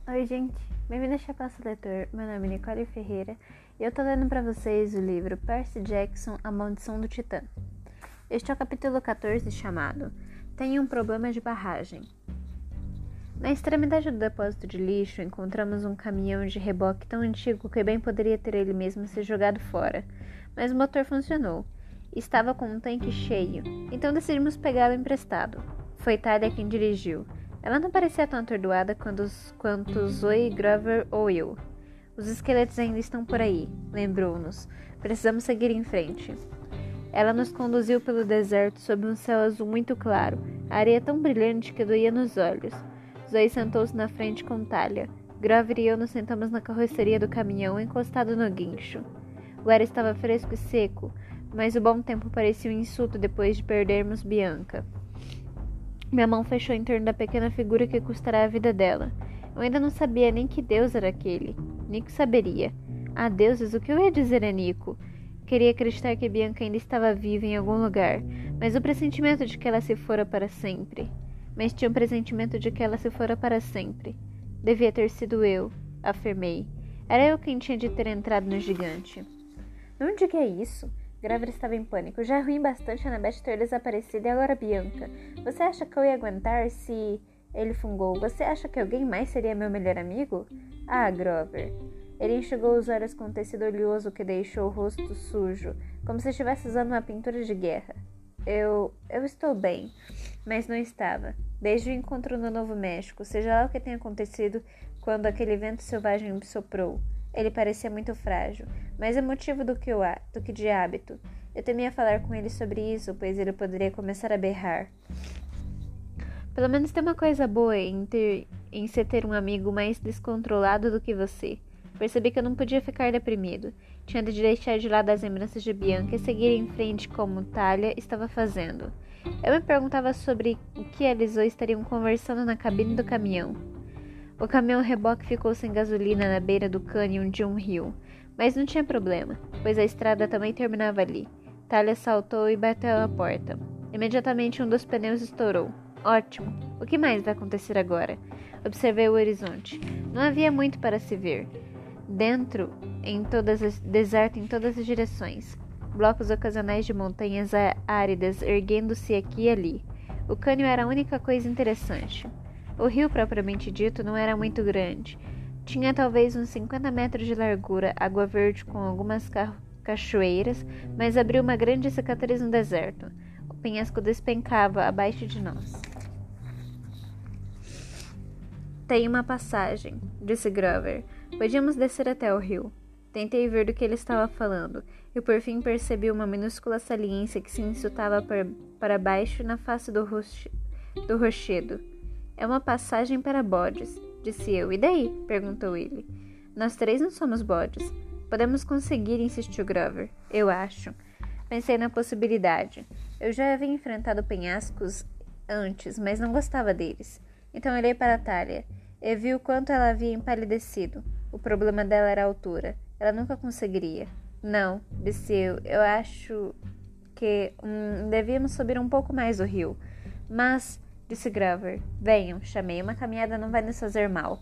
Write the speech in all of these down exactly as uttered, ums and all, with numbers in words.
Oi, gente. Bem-vindo ao Espaço Leitor. Meu nome é Nicole Ferreira e eu tô lendo pra vocês o livro Percy Jackson, A Maldição do Titã. Este é o capítulo quatorze, chamado Tenho um Problema de Barragem. Na extremidade do depósito de lixo, encontramos um caminhão de reboque tão antigo que bem poderia ter ele mesmo se jogado fora, mas o motor funcionou. Estava com um tanque cheio, então decidimos pegá-lo emprestado. Foi Talia quem dirigiu. Ela não parecia tão atordoada quanto, quanto Zoe, Grover ou eu. Os esqueletos ainda estão por aí, lembrou-nos. Precisamos seguir em frente. Ela nos conduziu pelo deserto sob um céu azul muito claro, a areia tão brilhante que doía nos olhos. Zoe sentou-se na frente com Talia. Grover e eu nos sentamos na carroceria do caminhão, encostado no guincho. O ar estava fresco e seco, mas o bom tempo parecia um insulto depois de perdermos Bianca. Minha mão fechou em torno da pequena figura que custará a vida dela. Eu ainda não sabia nem que deus era aquele. Nico saberia. Ah, deuses, o que eu ia dizer a Nico? Queria acreditar que Bianca ainda estava viva em algum lugar, mas o pressentimento de que ela se fora para sempre. Mas tinha um pressentimento de que ela se fora para sempre. Devia ter sido eu, afirmei. Era eu quem tinha de ter entrado no gigante. Não diga isso. Grover estava em pânico. Já é ruim bastante a Annabeth ter desaparecido e agora Bianca. Você acha que eu ia aguentar se... Ele fungou. Você acha que alguém mais seria meu melhor amigo? Ah, Grover. Ele enxugou os olhos com um tecido oleoso que deixou o rosto sujo, como se estivesse usando uma pintura de guerra. Eu... eu estou bem. Mas não estava. Desde o encontro no Novo México, seja lá o que tenha acontecido quando aquele vento selvagem me soprou. Ele parecia muito frágil, mais emotivo do que, o, do que de hábito. Eu temia falar com ele sobre isso, pois ele poderia começar a berrar. Pelo menos tem uma coisa boa em, ter, em se ter um amigo mais descontrolado do que você. Percebi que eu não podia ficar deprimido. Tinha de deixar de lado as lembranças de Bianca e seguir em frente como Talia estava fazendo. Eu me perguntava sobre o que eles dois estariam conversando na cabine do caminhão. O caminhão reboque ficou sem gasolina na beira do cânion de um rio, mas não tinha problema, pois a estrada também terminava ali. Talia saltou e bateu à porta. Imediatamente um dos pneus estourou. Ótimo! O que mais vai acontecer agora? Observei o horizonte. Não havia muito para se ver. Dentro, em todas as, deserto em todas as direções. Blocos ocasionais de montanhas áridas erguendo-se aqui e ali. O cânion era a única coisa interessante. O rio, propriamente dito, não era muito grande. Tinha talvez uns cinquenta metros de largura, água verde com algumas ca- cachoeiras, mas abriu uma grande cicatriz no deserto. O penhasco despencava abaixo de nós. Tem uma passagem, disse Grover. Podíamos descer até o rio. Tentei ver do que ele estava falando, e por fim percebi uma minúscula saliência que se insultava para baixo na face do, roche- do rochedo. É uma passagem para bodes, disse eu. E daí? Perguntou ele. Nós três não somos bodes. Podemos conseguir, insistiu Grover. Eu acho. Pensei na possibilidade. Eu já havia enfrentado penhascos antes, mas não gostava deles. Então olhei para Talia e vi o quanto ela havia empalidecido. O problema dela era a altura. Ela nunca conseguiria. Não, disse eu. Eu acho que hum, devíamos subir um pouco mais o rio. Mas... disse Grover. Venham, chamei. Uma caminhada não vai nos fazer mal.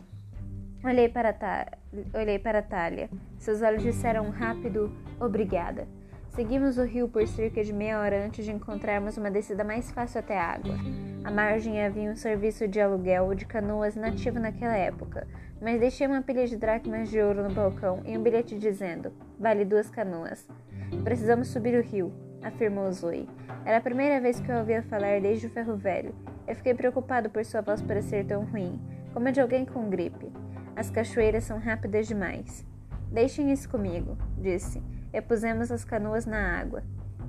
Olhei para, ta... Olhei para Talia. Seus olhos disseram um rápido obrigada. Seguimos o rio por cerca de meia hora antes de encontrarmos uma descida mais fácil até a água. À margem havia um serviço de aluguel de canoas nativo naquela época, mas deixei uma pilha de dracmas de ouro no balcão e um bilhete dizendo: vale duas canoas. Precisamos subir o rio, afirmou Zoe. Era a primeira vez que eu ouvia falar desde o ferro velho. Eu fiquei preocupado por sua voz parecer tão ruim, como a de alguém com gripe. As cachoeiras são rápidas demais. Deixem isso comigo, disse, e pusemos as canoas na água.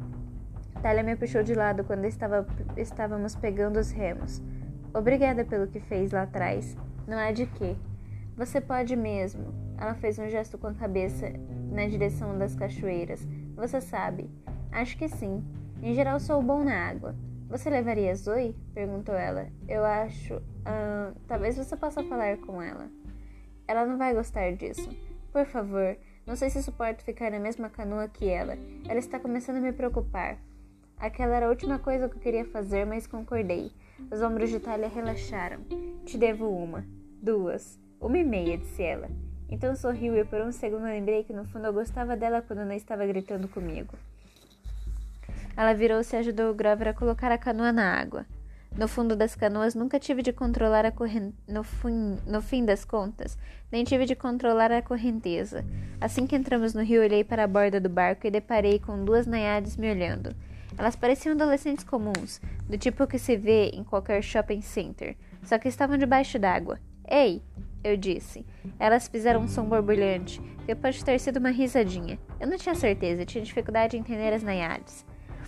Talia me puxou de lado quando estava, estávamos pegando os remos. Obrigada pelo que fez lá atrás. Não há de quê. Você pode mesmo. Ela fez um gesto com a cabeça na direção das cachoeiras. Você sabe. Acho que sim. Em geral sou bom na água. Você levaria Zoe? Perguntou ela. Eu acho... Uh, talvez você possa falar com ela. Ela não vai gostar disso. Por favor, não sei se suporto ficar na mesma canoa que ela. Ela está começando a me preocupar. Aquela era a última coisa que eu queria fazer, mas concordei. Os ombros de Talia relaxaram. Te devo uma. Duas. Uma e meia, disse ela. Então sorriu e por um segundo lembrei que no fundo eu gostava dela quando não estava gritando comigo. Ela virou-se e ajudou o Grover a colocar a canoa na água. No fundo das canoas nunca tive de controlar a corrente... No fim, no fim das contas, nem tive de controlar a correnteza. Assim que entramos no rio, olhei para a borda do barco e deparei com duas naiades me olhando. Elas pareciam adolescentes comuns, do tipo que se vê em qualquer shopping center, só que estavam debaixo d'água. Ei! Eu disse. Elas fizeram um som borbulhante, que pode ter sido uma risadinha. Eu não tinha certeza, tinha dificuldade em entender as naiades.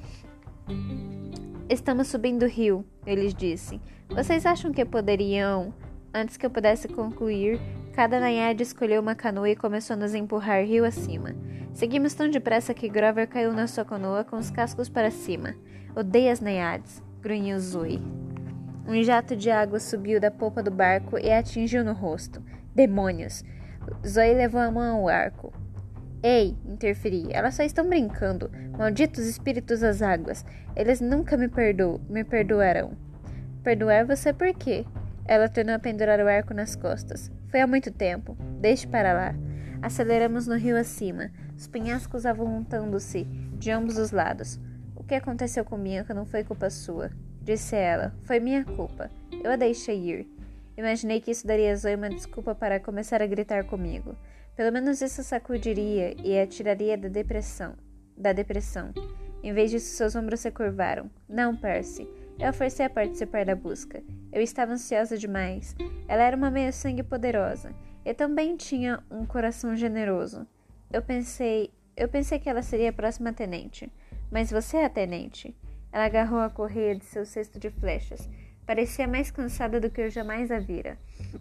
Estamos subindo o rio, eu lhes disse. Vocês acham que poderiam... Antes que eu pudesse concluir, cada naiade escolheu uma canoa e começou a nos empurrar rio acima. Seguimos tão depressa que Grover caiu na sua canoa com os cascos para cima. Odeio as naiades, grunhiu Zoe. Um jato de água subiu da polpa do barco e a atingiu no rosto. Demônios! Zoe levou a mão ao arco. Ei, interferi, elas só estão brincando. Malditos espíritos das águas. Eles nunca me, perdo me perdoarão. Perdoar você por quê? Ela tornou a pendurar o arco nas costas. Foi há muito tempo. Deixe para lá. Aceleramos no rio acima, os penhascos avultando-se de ambos os lados. O que aconteceu com Bianca não foi culpa sua, disse ela. Foi minha culpa. Eu a deixei ir. Imaginei que isso daria a Zoe uma desculpa para começar a gritar comigo. Pelo menos isso sacudiria e a tiraria da depressão. Da depressão. Em vez disso, seus ombros se curvaram. Não, Percy. Eu a forcei a participar da busca. Eu estava ansiosa demais. Ela era uma meia-sangue poderosa. Eu também tinha um coração generoso. Eu pensei... Eu pensei que ela seria a próxima tenente. Mas você é a tenente. Ela agarrou a correia de seu cesto de flechas. Parecia mais cansada do que eu jamais a vira.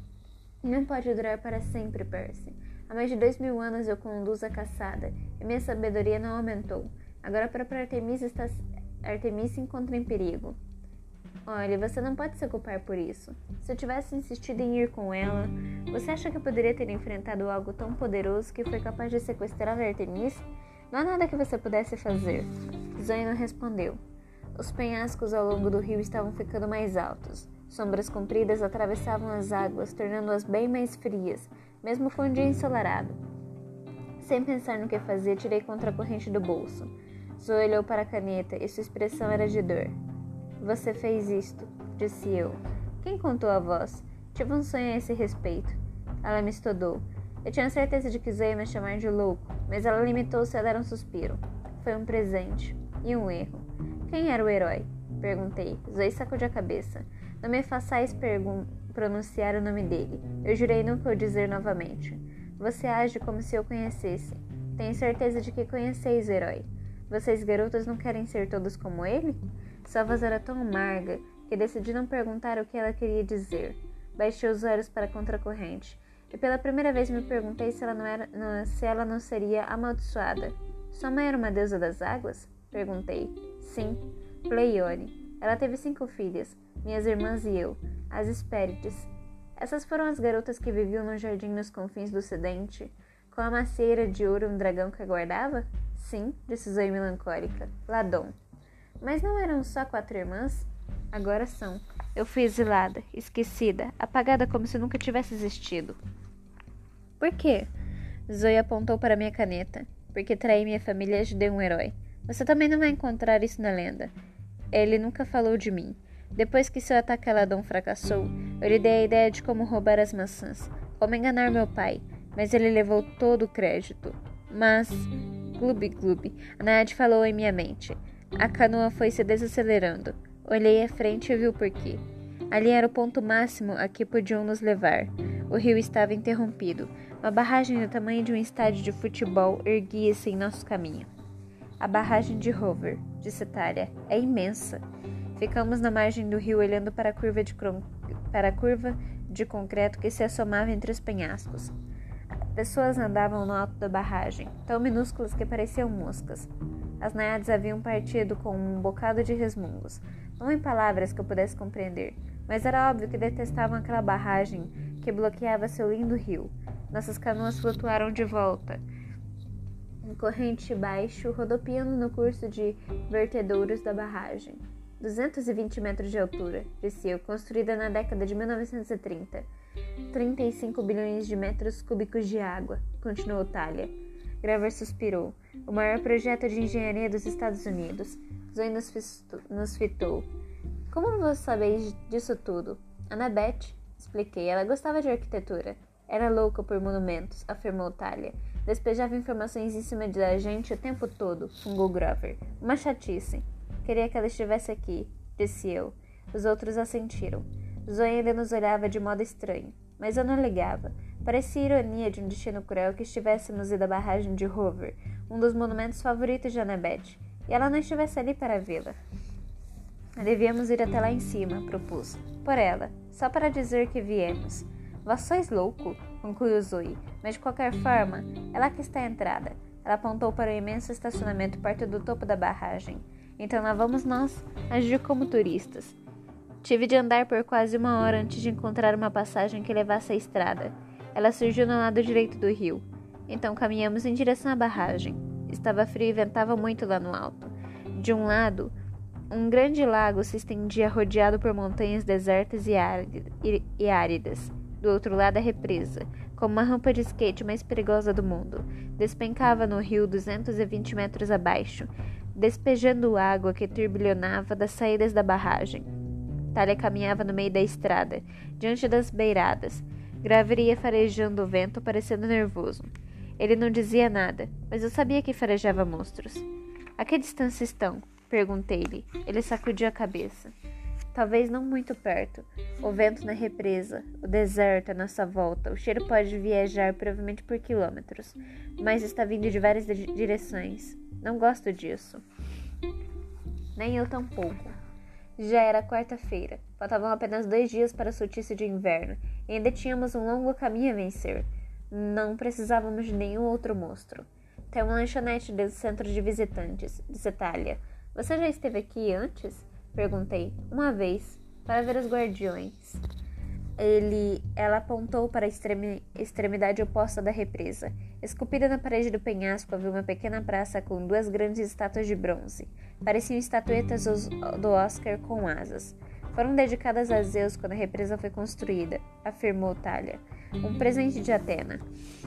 Não pode durar para sempre, Percy. Há mais de dois mil anos eu conduzo a caçada, e minha sabedoria não aumentou. Agora a própria Artemisia, está... Artemisia se encontra em perigo. Olha, você não pode se culpar por isso. Se eu tivesse insistido em ir com ela, você acha que eu poderia ter enfrentado algo tão poderoso que foi capaz de sequestrar a Artemisia? Não há nada que você pudesse fazer. Zoe não respondeu. Os penhascos ao longo do rio estavam ficando mais altos. Sombras compridas atravessavam as águas, tornando-as bem mais frias, mesmo com o dia ensolarado. Sem pensar no que fazer, tirei contra a corrente do bolso. Zoe olhou para a caneta e sua expressão era de dor. Você fez isto, disse eu. Quem contou a voz? Tive um sonho a esse respeito. Ela me estudou. Eu tinha certeza de que Zoe ia me chamar de louco, mas ela limitou-se a dar um suspiro. Foi um presente. E um erro. Quem era o herói? Perguntei. Zoe sacudiu a cabeça. Não me façais pronunciar o nome dele. Eu jurei nunca o dizer novamente. Você age como se eu conhecesse. Tenho certeza de que conheceis o herói. Vocês garotas não querem ser todos como ele? Sua voz era tão amarga que decidi não perguntar o que ela queria dizer. Baixei os olhos para a contracorrente. E pela primeira vez me perguntei se ela não, era, não, se ela não seria amaldiçoada. Sua mãe era uma deusa das águas? Perguntei. Sim, Pleione. Ela teve cinco filhas, minhas irmãs e eu, as Hespérides. Essas foram as garotas que viviam no jardim nos confins do ocidente, com a macieira de ouro e um dragão que aguardava? Sim, disse Zoe melancólica. Ladon. Mas não eram só quatro irmãs? Agora são. Eu fui exilada, esquecida, apagada como se nunca tivesse existido. Por quê? Zoe apontou para minha caneta. Porque traí minha família e ajudei um herói. Você também não vai encontrar isso na lenda. Ele nunca falou de mim. Depois que seu ataque a Ladon fracassou, eu lhe dei a ideia de como roubar as maçãs, como enganar meu pai, mas ele levou todo o crédito. Mas... Gloob, gloob, a Naiade falou em minha mente. A canoa foi se desacelerando. Olhei à frente e vi o porquê. Ali era o ponto máximo a que podiam nos levar. O rio estava interrompido. Uma barragem do tamanho de um estádio de futebol erguia-se em nosso caminho. A barragem de Hoover, disse Talia, é imensa. Ficamos na margem do rio olhando para a curva de, cron... para a curva de concreto que se assomava entre os penhascos. Pessoas andavam no alto da barragem, tão minúsculas que pareciam moscas. As naiades haviam partido com um bocado de resmungos, não em palavras que eu pudesse compreender, mas era óbvio que detestavam aquela barragem que bloqueava seu lindo rio. Nossas canoas flutuaram de volta, em corrente baixo, rodopiando no curso de vertedouros da barragem. duzentos e vinte metros de altura, disse eu, construída na década de mil novecentos e trinta. trinta e cinco bilhões de metros cúbicos de água, continuou Talia. Grover suspirou. O maior projeto de engenharia dos Estados Unidos. Zoe nos, fisto, nos fitou. Como você sabe disso tudo? Annabeth, expliquei. Ela gostava de arquitetura. Era louca por monumentos, afirmou Talia. Despejava informações em cima da gente o tempo todo, fungou Grover. Uma chatice. Queria que ela estivesse aqui, disse eu. Os outros assentiram. Zoe ainda nos olhava de modo estranho, mas eu não ligava. Parecia ironia de um destino cruel que estivéssemos ido à barragem de Hoover, um dos monumentos favoritos de Annabeth, e ela não estivesse ali para vê-la. Devíamos ir até lá em cima, propus. Por ela, só para dizer que viemos. Vós sois louco, concluiu Zoe, mas de qualquer forma, é lá que está a entrada. Ela apontou para o imenso estacionamento perto do topo da barragem. Então lá vamos nós, agir como turistas. Tive de andar por quase uma hora antes de encontrar uma passagem que levasse à estrada. Ela surgiu no lado direito do rio. Então caminhamos em direção à barragem. Estava frio e ventava muito lá no alto. De um lado, um grande lago se estendia rodeado por montanhas desertas e áridas. Do outro lado, a represa, como uma rampa de skate mais perigosa do mundo, despencava no rio duzentos e vinte metros abaixo, despejando água que turbilhonava das saídas da barragem. Talia caminhava no meio da estrada, diante das beiradas. Grover ia farejando o vento, parecendo nervoso. Ele não dizia nada, mas eu sabia que farejava monstros. A que distância estão? Perguntei-lhe. Ele sacudiu a cabeça. Talvez não muito perto. O vento na represa, o deserto à nossa volta. O cheiro pode viajar provavelmente por quilômetros, mas está vindo de várias direções. Não gosto disso. Nem eu tampouco. Já era quarta-feira. Faltavam apenas dois dias para o solstício de inverno e ainda tínhamos um longo caminho a vencer. Não precisávamos de nenhum outro monstro. Tem uma lanchonete do centro de visitantes, disse Talia. Você já esteve aqui antes? Perguntei. Uma vez, para ver os guardiões. Ele, ela apontou para a extremi, extremidade oposta da represa. Esculpida na parede do penhasco havia uma pequena praça com duas grandes estátuas de bronze. Pareciam estatuetas do Oscar com asas. Foram dedicadas a Zeus quando a represa foi construída, afirmou Talia. Um presente de Atena.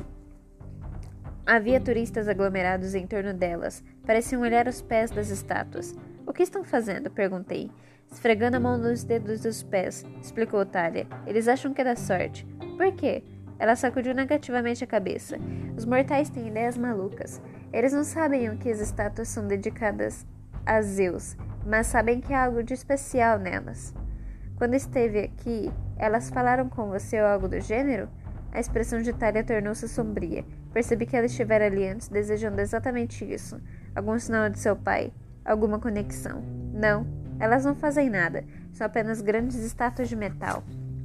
Havia turistas aglomerados em torno delas. Pareciam olhar os pés das estátuas. O que estão fazendo? Perguntei. Esfregando a mão nos dedos dos pés, explicou Talia. Eles acham que é da sorte. Por quê? Ela sacudiu negativamente a cabeça. Os mortais têm ideias malucas. Eles não sabem o que as estátuas são dedicadas a Zeus, mas sabem que há algo de especial nelas. Quando esteve aqui, elas falaram com você ou algo do gênero? A expressão de Talia tornou-se sombria. Percebi que ela estivera ali antes, desejando exatamente isso. Algum sinal de seu pai? Alguma conexão? Não, elas não fazem nada. São apenas grandes estátuas de metal.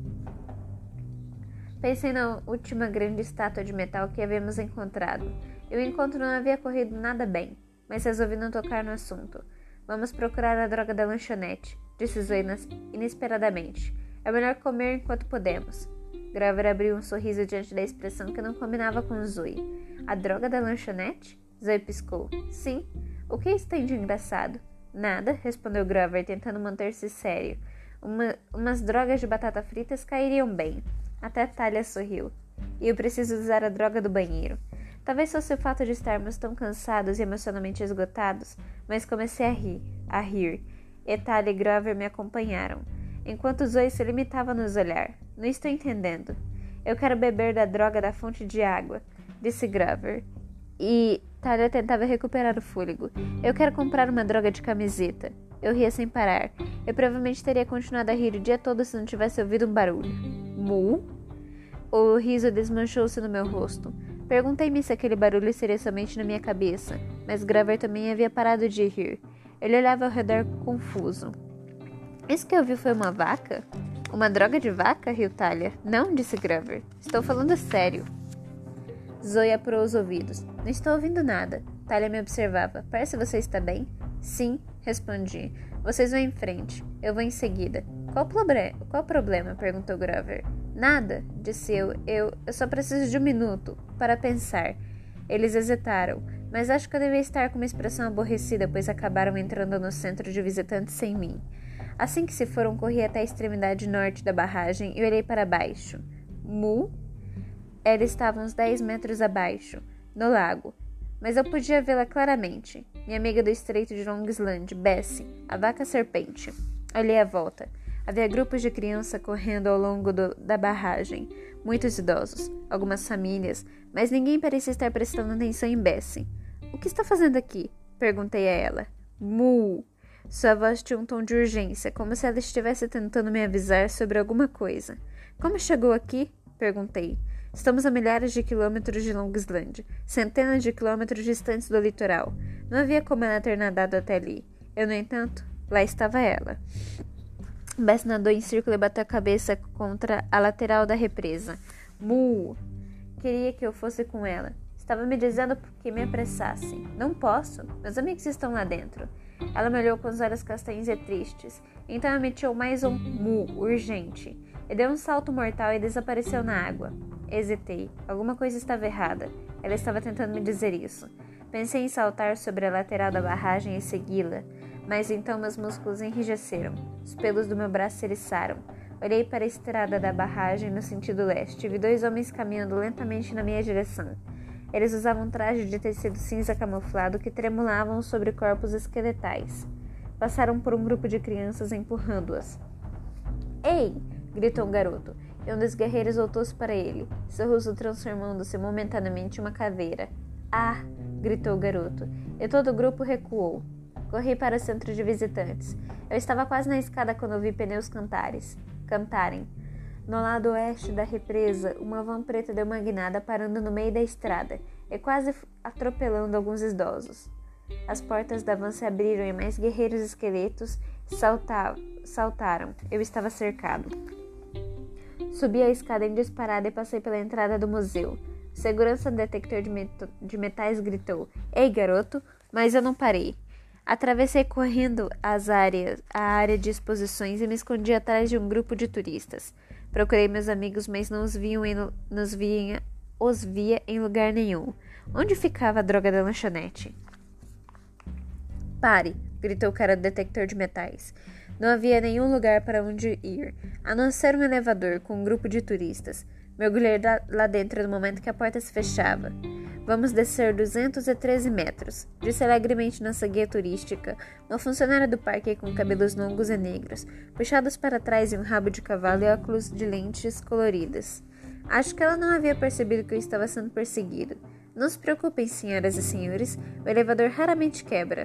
Pensei na última grande estátua de metal que havíamos encontrado. E o encontro não havia corrido nada bem, mas resolvi não tocar no assunto. Vamos procurar a droga da lanchonete, disse Zoe inesperadamente. É melhor comer enquanto podemos. Grover abriu um sorriso diante da expressão que não combinava com Zoe. A droga da lanchonete? Zoe piscou. Sim. O que isso tem de engraçado? Nada, respondeu Grover, tentando manter-se sério. Uma, umas drogas de batata fritas cairiam bem. Até Talia sorriu. E eu preciso usar a droga do banheiro. Talvez fosse o fato de estarmos tão cansados e emocionalmente esgotados, mas comecei a rir, a rir. E Talia e Grover me acompanharam, enquanto Zoe se limitava a nos olhar. Não estou entendendo. Eu quero beber da droga da fonte de água, disse Grover. E Talia tentava recuperar o fôlego. Eu quero comprar uma droga de camiseta. Eu ria sem parar. Eu provavelmente teria continuado a rir o dia todo se não tivesse ouvido um barulho. Mu? O riso desmanchou-se no meu rosto. Perguntei-me se aquele barulho seria somente na minha cabeça, mas Grover também havia parado de rir. Ele olhava ao redor confuso. Isso que eu vi foi uma vaca? Uma droga de vaca? Riu Talia. Não, disse Grover. Estou falando sério. Zoe apurou os ouvidos. Não estou ouvindo nada. Talia me observava. Parece que você está bem? Sim, respondi. Vocês vão em frente. Eu vou em seguida. Qual, proble- Qual problema? Perguntou Grover. Nada, disse eu. eu. Eu só preciso de um minuto para pensar. Eles hesitaram, mas acho que eu devia estar com uma expressão aborrecida, pois acabaram entrando no centro de visitantes sem mim. Assim que se foram, corri até a extremidade norte da barragem e olhei para baixo. Mu? Ela estava uns dez metros abaixo, no lago, mas eu podia vê-la claramente. Minha amiga do estreito de Long Island, Bessie, a vaca-serpente. Olhei à volta. Havia grupos de crianças correndo ao longo do, da barragem. Muitos idosos, algumas famílias, mas ninguém parecia estar prestando atenção em Bessie. O que está fazendo aqui? Perguntei a ela. Mu! Sua voz tinha um tom de urgência, como se ela estivesse tentando me avisar sobre alguma coisa. Como chegou aqui? Perguntei. Estamos a milhares de quilômetros de Long Island, centenas de quilômetros distantes do litoral. Não havia como ela ter nadado até ali. Eu, no entanto, lá estava ela. Bess nadou em círculo e bateu a cabeça contra a lateral da represa. Mu! Queria que eu fosse com ela. Estava me dizendo que me apressasse. Não posso. Meus amigos estão lá dentro. Ela me olhou com os olhos castanhos e tristes. Então emitiu mais um mu, urgente. E deu um salto mortal e desapareceu na água. Hesitei. Alguma coisa estava errada. Ela estava tentando me dizer isso. Pensei em saltar sobre a lateral da barragem e segui-la. Mas então meus músculos enrijeceram. Os pelos do meu braço se eriçaram. Olhei para a estrada da barragem no sentido leste e vi dois homens caminhando lentamente na minha direção. Eles usavam trajes de tecido cinza camuflado que tremulavam sobre corpos esqueletais. Passaram por um grupo de crianças empurrando-as. Ei! Gritou um garoto, e um dos guerreiros voltou-se para ele, seu rosto transformando-se momentaneamente em uma caveira. Ah! Gritou o garoto, e todo o grupo recuou. Corri para o centro de visitantes. Eu estava quase na escada quando ouvi pneus cantares, cantarem. No lado oeste da represa, uma van preta deu uma guinada parando no meio da estrada e quase atropelando alguns idosos. As portas da van se abriram e mais guerreiros esqueletos salta- saltaram. Eu estava cercado. Subi a escada em disparada e passei pela entrada do museu. O segurança do detector de, met- de metais gritou: Ei, garoto! Mas eu não parei. Atravessei correndo as áreas, a área de exposições e me escondi atrás de um grupo de turistas. Procurei meus amigos, mas não os, viam em, nos via, os via em lugar nenhum. Onde ficava a droga da lanchonete? Pare! Gritou o cara do detector de metais. Não havia nenhum lugar para onde ir, a não ser um elevador com um grupo de turistas. Mergulhei lá dentro no momento que a porta se fechava. Vamos descer duzentos e treze metros, disse alegremente nossa guia turística, uma funcionária do parque com cabelos longos e negros, puxados para trás em um rabo de cavalo e óculos de lentes coloridas. Acho que ela não havia percebido que eu estava sendo perseguido. Não se preocupem, senhoras e senhores, o elevador raramente quebra.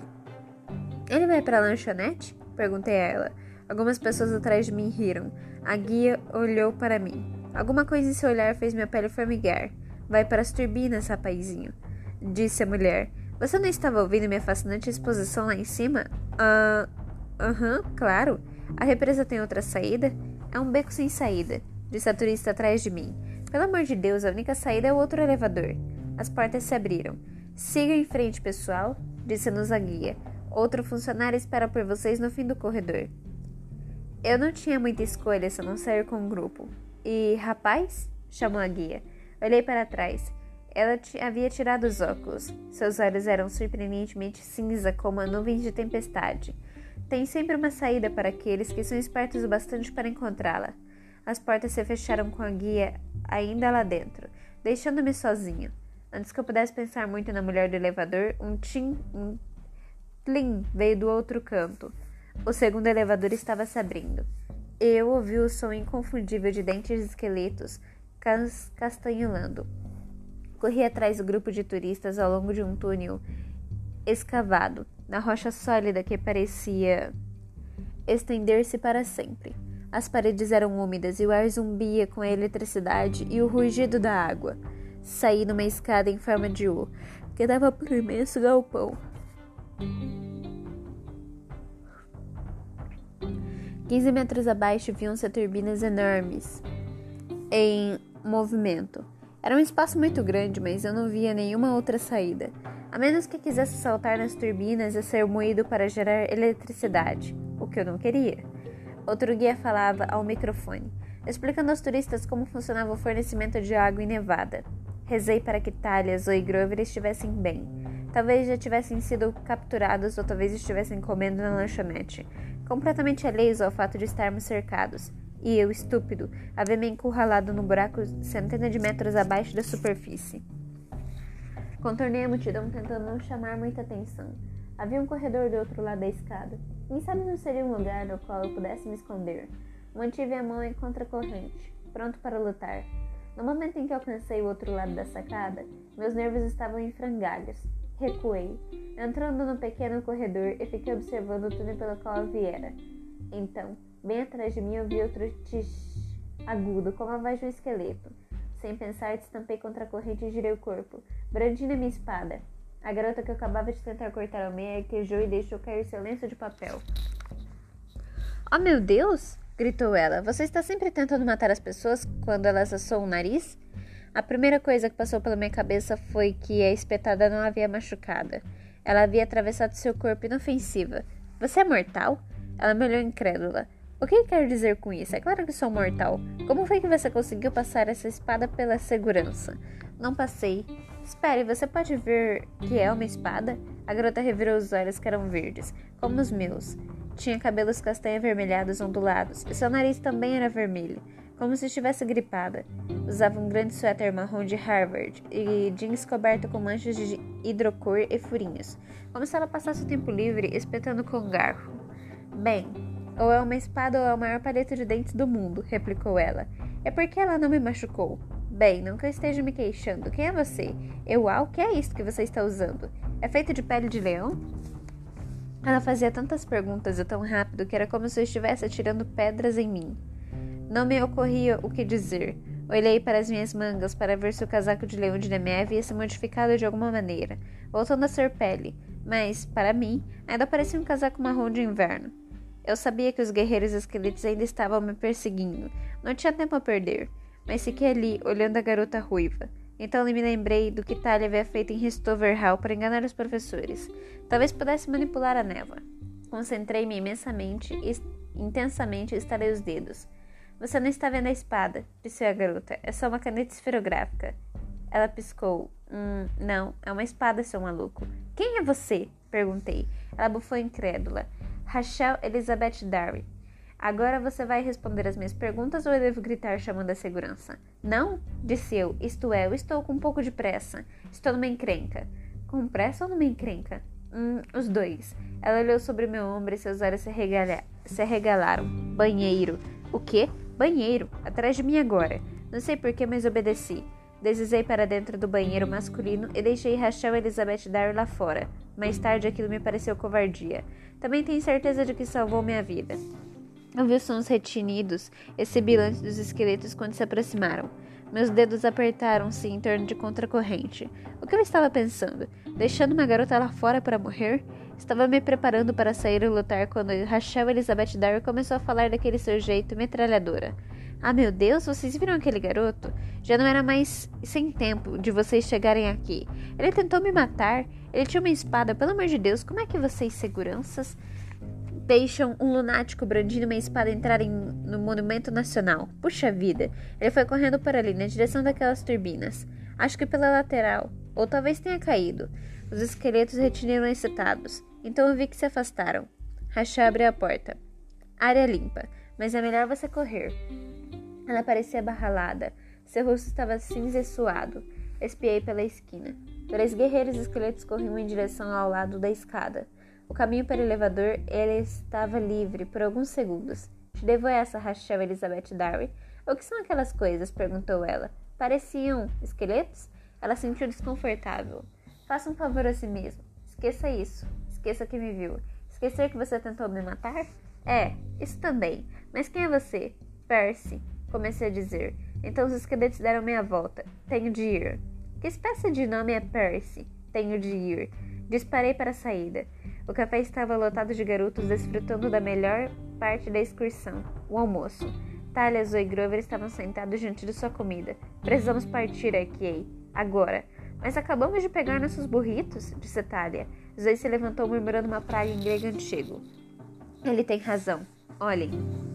Ele vai para a lanchonete? Perguntei a ela. Algumas pessoas atrás de mim riram. A guia olhou para mim. Alguma coisa em seu olhar fez minha pele formigar. Vai para as turbinas, rapazinho, disse a mulher. Você não estava ouvindo minha fascinante exposição lá em cima? Ah, aham, uh, claro. A represa tem outra saída? É um beco sem saída, disse a turista atrás de mim. Pelo amor de Deus, a única saída é o outro elevador. As portas se abriram. Siga em frente, pessoal, disse-nos a guia. Outro funcionário espera por vocês no fim do corredor. Eu não tinha muita escolha se não sair com o grupo. E, rapaz, chamou a guia. Olhei para trás. Ela havia tirado os óculos. Seus olhos eram surpreendentemente cinza como a nuvens de tempestade. Tem sempre uma saída para aqueles que são espertos o bastante para encontrá-la. As portas se fecharam com a guia ainda lá dentro, deixando-me sozinho. Antes que eu pudesse pensar muito na mulher do elevador, um tim, um tlim veio do outro canto. O segundo elevador estava se abrindo. Eu ouvi o som inconfundível de dentes de esqueletos castanhulando. Corri atrás do grupo de turistas ao longo de um túnel escavado, na rocha sólida que parecia estender-se para sempre. As paredes eram úmidas e o ar zumbia com a eletricidade e o rugido da água. Saí numa escada em forma de U, que dava para o imenso galpão. Quinze metros abaixo viam-se turbinas enormes em movimento. Era um espaço muito grande, mas eu não via nenhuma outra saída, a menos que quisesse saltar nas turbinas e ser moído para gerar eletricidade, o que eu não queria. Outro guia falava ao microfone, explicando aos turistas como funcionava o fornecimento de água em Nevada. Rezei para que Talia, Zoe e Grover estivessem bem. Talvez já tivessem sido capturados ou talvez estivessem comendo na lanchonete, completamente alheios ao fato de estarmos cercados. E eu, estúpido, havia me encurralado no buraco centenas de metros abaixo da superfície. Contornei a multidão tentando não chamar muita atenção. Havia um corredor do outro lado da escada. Quem sabe não seria um lugar no qual eu pudesse me esconder. Mantive a mão em contracorrente, pronto para lutar. No momento em que alcancei o outro lado da sacada, meus nervos estavam em frangalhos. Recuei, entrando no pequeno corredor e fiquei observando o túnel pelo qual eu viera. Então, bem atrás de mim, ouvi outro tch agudo, como a voz de um esqueleto. Sem pensar, destampei contra a corrente e girei o corpo, brandindo a minha espada. A garota que eu acabava de tentar cortar ao meio arquejou e deixou cair seu lenço de papel. — Oh, meu Deus! Gritou ela. — Você está sempre tentando matar as pessoas quando elas assoam o nariz? A primeira coisa que passou pela minha cabeça foi que a espetada não havia machucada. Ela havia atravessado seu corpo inofensiva. — Você é mortal? Ela me olhou incrédula. — O que quer dizer com isso? É claro que sou mortal. Como foi que você conseguiu passar essa espada pela segurança? — Não passei. — Espere, você pode ver que é uma espada? A garota revirou os olhos, que eram verdes, como os meus. Tinha cabelos castanho avermelhados ondulados, e seu nariz também era vermelho, como se estivesse gripada. Usava um grande suéter marrom de Harvard e jeans coberto com manchas de hidrocor e furinhos, como se ela passasse o tempo livre espetando com um garfo. — Bem, ou é uma espada ou é o maior palito de dentes do mundo, replicou ela. — É porque ela não me machucou. — Bem, não que eu esteja me queixando. Quem é você? Eu, ah, o que é isso que você está usando? É feito de pele de leão? Ela fazia tantas perguntas e tão rápido que era como se eu estivesse atirando pedras em mim. Não me ocorria o que dizer. Olhei para as minhas mangas para ver se o casaco de leão de Nemé havia se modificado de alguma maneira, voltando a ser pele, mas, para mim, ainda parecia um casaco marrom de inverno. Eu sabia que os guerreiros esqueletos ainda estavam me perseguindo. Não tinha tempo a perder, mas fiquei ali, olhando a garota ruiva. Então me lembrei do que Talia havia feito em Restover Hall para enganar os professores. Talvez pudesse manipular a névoa. Concentrei-me imensamente e intensamente e estalei os dedos. — Você não está vendo a espada, disse a garota. É só uma caneta esferográfica. Ela piscou. Hum, não, é uma espada, seu maluco. — Quem é você? Perguntei. Ela bufou incrédula. — Rachel Elizabeth Darry. Agora você vai responder as minhas perguntas ou eu devo gritar chamando a segurança? — Não, disse eu. Isto é, eu estou com um pouco de pressa. Estou numa encrenca. — Com pressa ou numa encrenca? Hum, os dois. Ela olhou sobre meu ombro e seus olhos se, arregala... se arregalaram. — Banheiro. — O quê? Banheiro. Atrás de mim agora. Não sei porquê, mas obedeci. Deslizei para dentro do banheiro masculino e deixei Rachel Elizabeth Darry lá fora. Mais tarde aquilo me pareceu covardia. Também tenho certeza de que salvou minha vida. Ouvi os sons retinidos e sibilantes dos esqueletos quando se aproximaram. Meus dedos apertaram-se em torno de contracorrente. O que eu estava pensando? Deixando uma garota lá fora para morrer? Estava me preparando para sair e lutar quando Rachel Elizabeth Darry começou a falar daquele seu jeito metralhadora. — Ah, meu Deus, vocês viram aquele garoto? Já não era mais sem tempo de vocês chegarem aqui. Ele tentou me matar. Ele tinha uma espada. Pelo amor de Deus, como é que vocês, seguranças, deixam um lunático brandindo uma espada entrar em, no Monumento Nacional? Puxa vida, ele foi correndo para ali, na direção daquelas turbinas. Acho que pela lateral, ou talvez tenha caído. Os esqueletos retiniram excitados, então eu vi que se afastaram. Rachel abriu a porta. Área limpa, mas é melhor você correr. Ela parecia abarralada, seu rosto estava cinza e suado. Espiei pela esquina. Três guerreiros esqueletos corriam em direção ao lado da escada. O caminho para o elevador, ele estava livre por alguns segundos. — Te devo essa, Rachel Elizabeth Darry. — O que são aquelas coisas? Perguntou ela. — Pareciam esqueletos? Ela sentiu desconfortável. — Faça um favor a si mesmo. Esqueça isso. Esqueça que me viu. Esquecer que você tentou me matar? É, isso também. Mas quem é você? Percy. Comecei a dizer. Então os esqueletos deram meia volta. Tenho de ir. Que espécie de nome é Percy? Tenho de ir. Disparei para a saída. O café estava lotado de garotos desfrutando da melhor parte da excursão, o almoço. Talia, Zoe e Grover estavam sentados diante de sua comida. Precisamos partir, arqueei. Agora. Mas acabamos de pegar nossos burritos, disse Talia. Zoe se levantou murmurando uma praga em grego antigo. Ele tem razão. Olhem.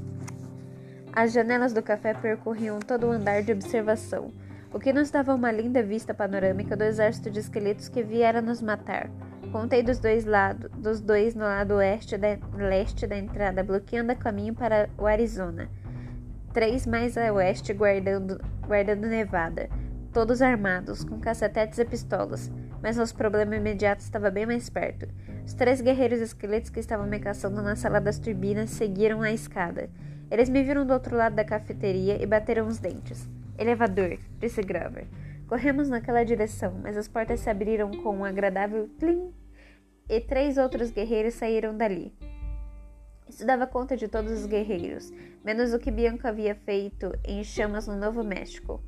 As janelas do café percorriam todo o andar de observação, o que nos dava uma linda vista panorâmica do exército de esqueletos que viera nos matar. Contei dos dois lados, dos dois no lado oeste da leste da entrada, bloqueando o caminho para o Arizona. três mais a oeste guardando, guardando Nevada, todos armados, com cacetetes e pistolas, mas nosso problema imediato estava bem mais perto. Os três guerreiros esqueletos que estavam me caçando na sala das turbinas seguiram a escada. Eles me viram do outro lado da cafeteria e bateram os dentes. Elevador, disse Grover. Corremos naquela direção, mas as portas se abriram com um agradável tlim, e três outros guerreiros saíram dali. Isso dava conta de todos os guerreiros, menos o que Bianca havia feito em chamas no Novo México.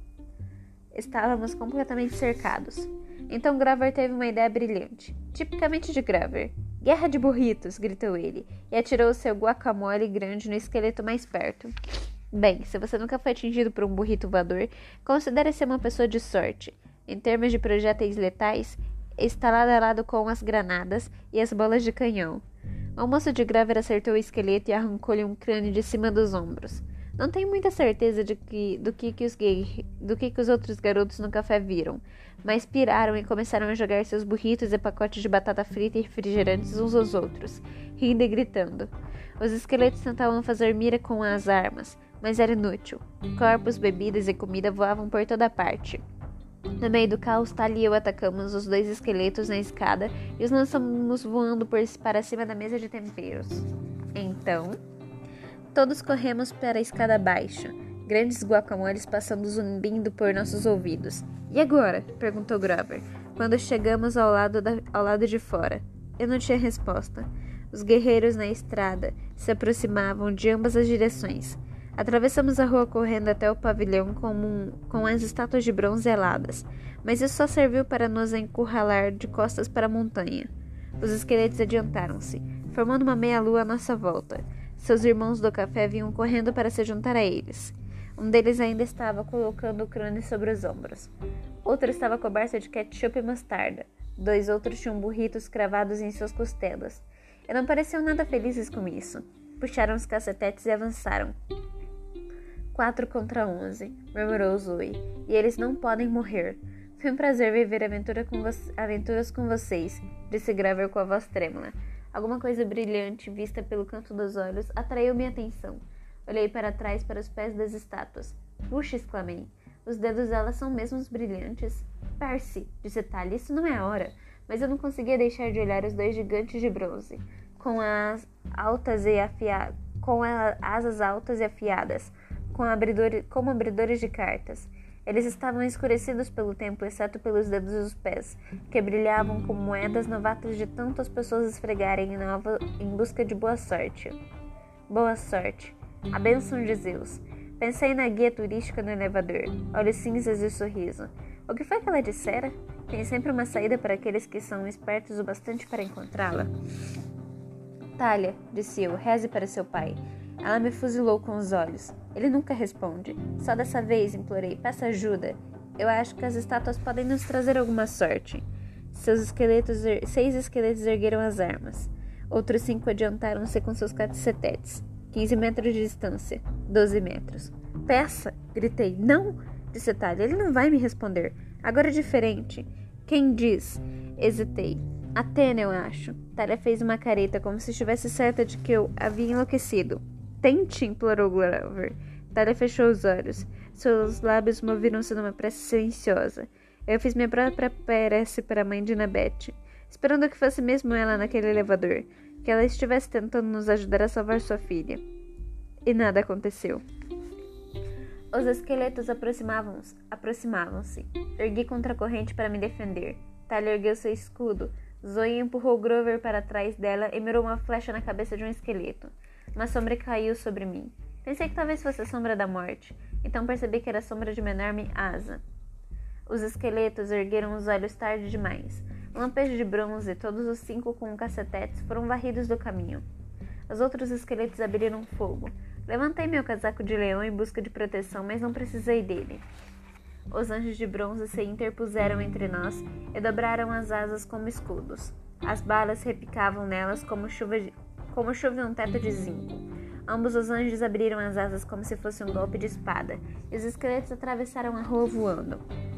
Estávamos completamente cercados. Então Grover teve uma ideia brilhante, tipicamente de Grover. Guerra de burritos, gritou ele, e atirou o seu guacamole grande no esqueleto mais perto. Bem, se você nunca foi atingido por um burrito voador, considere-se uma pessoa de sorte. Em termos de projéteis letais, está lado a lado com as granadas e as bolas de canhão. O moço de Grover acertou o esqueleto e arrancou-lhe um crânio de cima dos ombros. Não tenho muita certeza de que, do, que, que, os gay, do que, que os outros garotos no café viram, mas piraram e começaram a jogar seus burritos e pacotes de batata frita e refrigerantes uns aos outros, rindo e gritando. Os esqueletos tentavam fazer mira com as armas, mas era inútil. Corpos, bebidas e comida voavam por toda parte. No meio do caos, Tali e eu atacamos os dois esqueletos na escada e os lançamos voando por, para cima da mesa de temperos. Então, todos corremos para a escada abaixo, grandes guacamoles passando zumbindo por nossos ouvidos. E agora? Perguntou Grover, quando chegamos ao lado, da, ao lado de fora. Eu não tinha resposta. Os guerreiros na estrada se aproximavam de ambas as direções. Atravessamos a rua correndo até o pavilhão com, um, com as estátuas de bronze heladas, mas isso só serviu para nos encurralar de costas para a montanha. Os esqueletos adiantaram-se, formando uma meia-lua à nossa volta. Seus irmãos do café vinham correndo para se juntar a eles. Um deles ainda estava colocando o crânio sobre os ombros. Outro estava coberto de ketchup e mostarda. Dois outros tinham burritos cravados em suas costelas. E não pareciam nada felizes com isso. Puxaram os cacetetes e avançaram. Quatro contra onze, murmurou Zoe, e eles não podem morrer. Foi um prazer viver aventura com aventuras com vocês, disse Grover com a voz trêmula. Alguma coisa brilhante, vista pelo canto dos olhos, atraiu minha atenção. Olhei para trás para os pés das estátuas. Puxa, exclamei. Os dedos delas são mesmo brilhantes. Percy, disse Tali, isso não é a hora. Mas eu não conseguia deixar de olhar os dois gigantes de bronze, com as altas e afia... com as asas altas e afiadas, com abridores, como abridores de cartas. Eles estavam escurecidos pelo tempo, exceto pelos dedos dos pés, que brilhavam como moedas novatas de tantas pessoas esfregarem em, nova, em busca de boa sorte. Boa sorte. A bênção de Zeus. Pensei na guia turística no elevador, olhos cinzas e sorriso. O que foi que ela dissera? Tem sempre uma saída para aqueles que são espertos o bastante para encontrá-la. Talia, disse eu, reze para seu pai. Ela me fuzilou com os olhos. Ele nunca responde. Só dessa vez, implorei, peça ajuda. Eu acho que as estátuas podem nos trazer alguma sorte. Seus esqueletos, er... Seis esqueletos ergueram as armas. Outros cinco adiantaram-se com seus cacetetes. Quinze metros de distância. Doze metros. Peça! Gritei. Não! Disse Talia. Ele não vai me responder. Agora é diferente. Quem diz? Hesitei. Atena, eu acho. Talia fez uma careta, como se estivesse certa de que eu havia enlouquecido. Tente, implorou Grover. Talia fechou os olhos. Seus lábios moviram-se numa prece silenciosa. Eu fiz minha própria prece para a mãe de Annabeth, esperando que fosse mesmo ela naquele elevador, que ela estivesse tentando nos ajudar a salvar sua filha. E nada aconteceu. Os esqueletos aproximavam-se. Aproximavam-se. Ergui contra a corrente para me defender. Talia ergueu seu escudo. Zoe empurrou Grover para trás dela e mirou uma flecha na cabeça de um esqueleto. Uma sombra caiu sobre mim. Pensei que talvez fosse a sombra da morte, então percebi que era a sombra de uma enorme asa. Os esqueletos ergueram os olhos tarde demais. Um lampejo de bronze, todos os cinco com cacetetes, foram varridos do caminho. Os outros esqueletos abriram fogo. Levantei meu casaco de leão em busca de proteção, mas não precisei dele. Os anjos de bronze se interpuseram entre nós e dobraram as asas como escudos. As balas repicavam nelas como chuva de... como chuva em um teto de zinco. Ambos os anjos abriram as asas como se fosse um golpe de espada, e os esqueletos atravessaram a rua voando.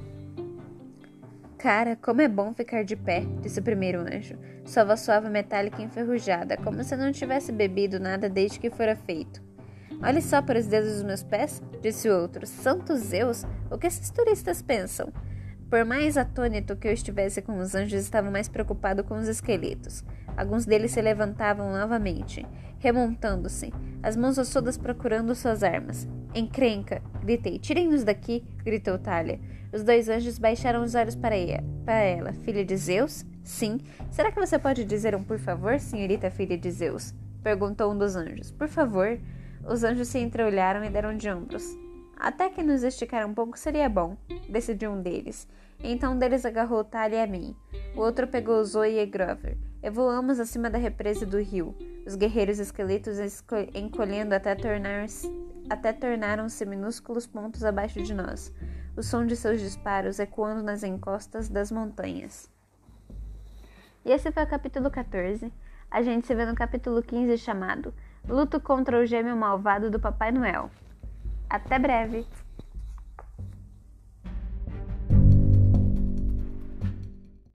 Cara, como é bom ficar de pé, disse o primeiro anjo, sua voz suave metálica e enferrujada, como se não tivesse bebido nada desde que fora feito. Olhe só para os dedos dos meus pés, disse o outro. Santos Zeus, o que esses turistas pensam? Por mais atônito que eu estivesse com os anjos, estava mais preocupado com os esqueletos. Alguns deles se levantavam novamente, remontando-se, as mãos ossudas procurando suas armas. Encrenca! Gritei. Tirem-nos daqui! Gritou Thalia. Os dois anjos baixaram os olhos para ela. Filha de Zeus? Sim. Será que você pode dizer um por favor, senhorita filha de Zeus? Perguntou um dos anjos. Por favor. Os anjos se entreolharam e deram de ombros. Até que nos esticar um pouco seria bom, decidiu um deles. Então um deles agarrou Thalia e a mim. O outro pegou Zoe e Grover. E voamos acima da represa do rio, os guerreiros esqueletos encolhendo até, tornar até tornaram-se minúsculos pontos abaixo de nós, o som de seus disparos ecoando nas encostas das montanhas. E esse foi o capítulo quatorze. A gente se vê no capítulo quinze chamado Luto contra o gêmeo malvado do Papai Noel. Até breve!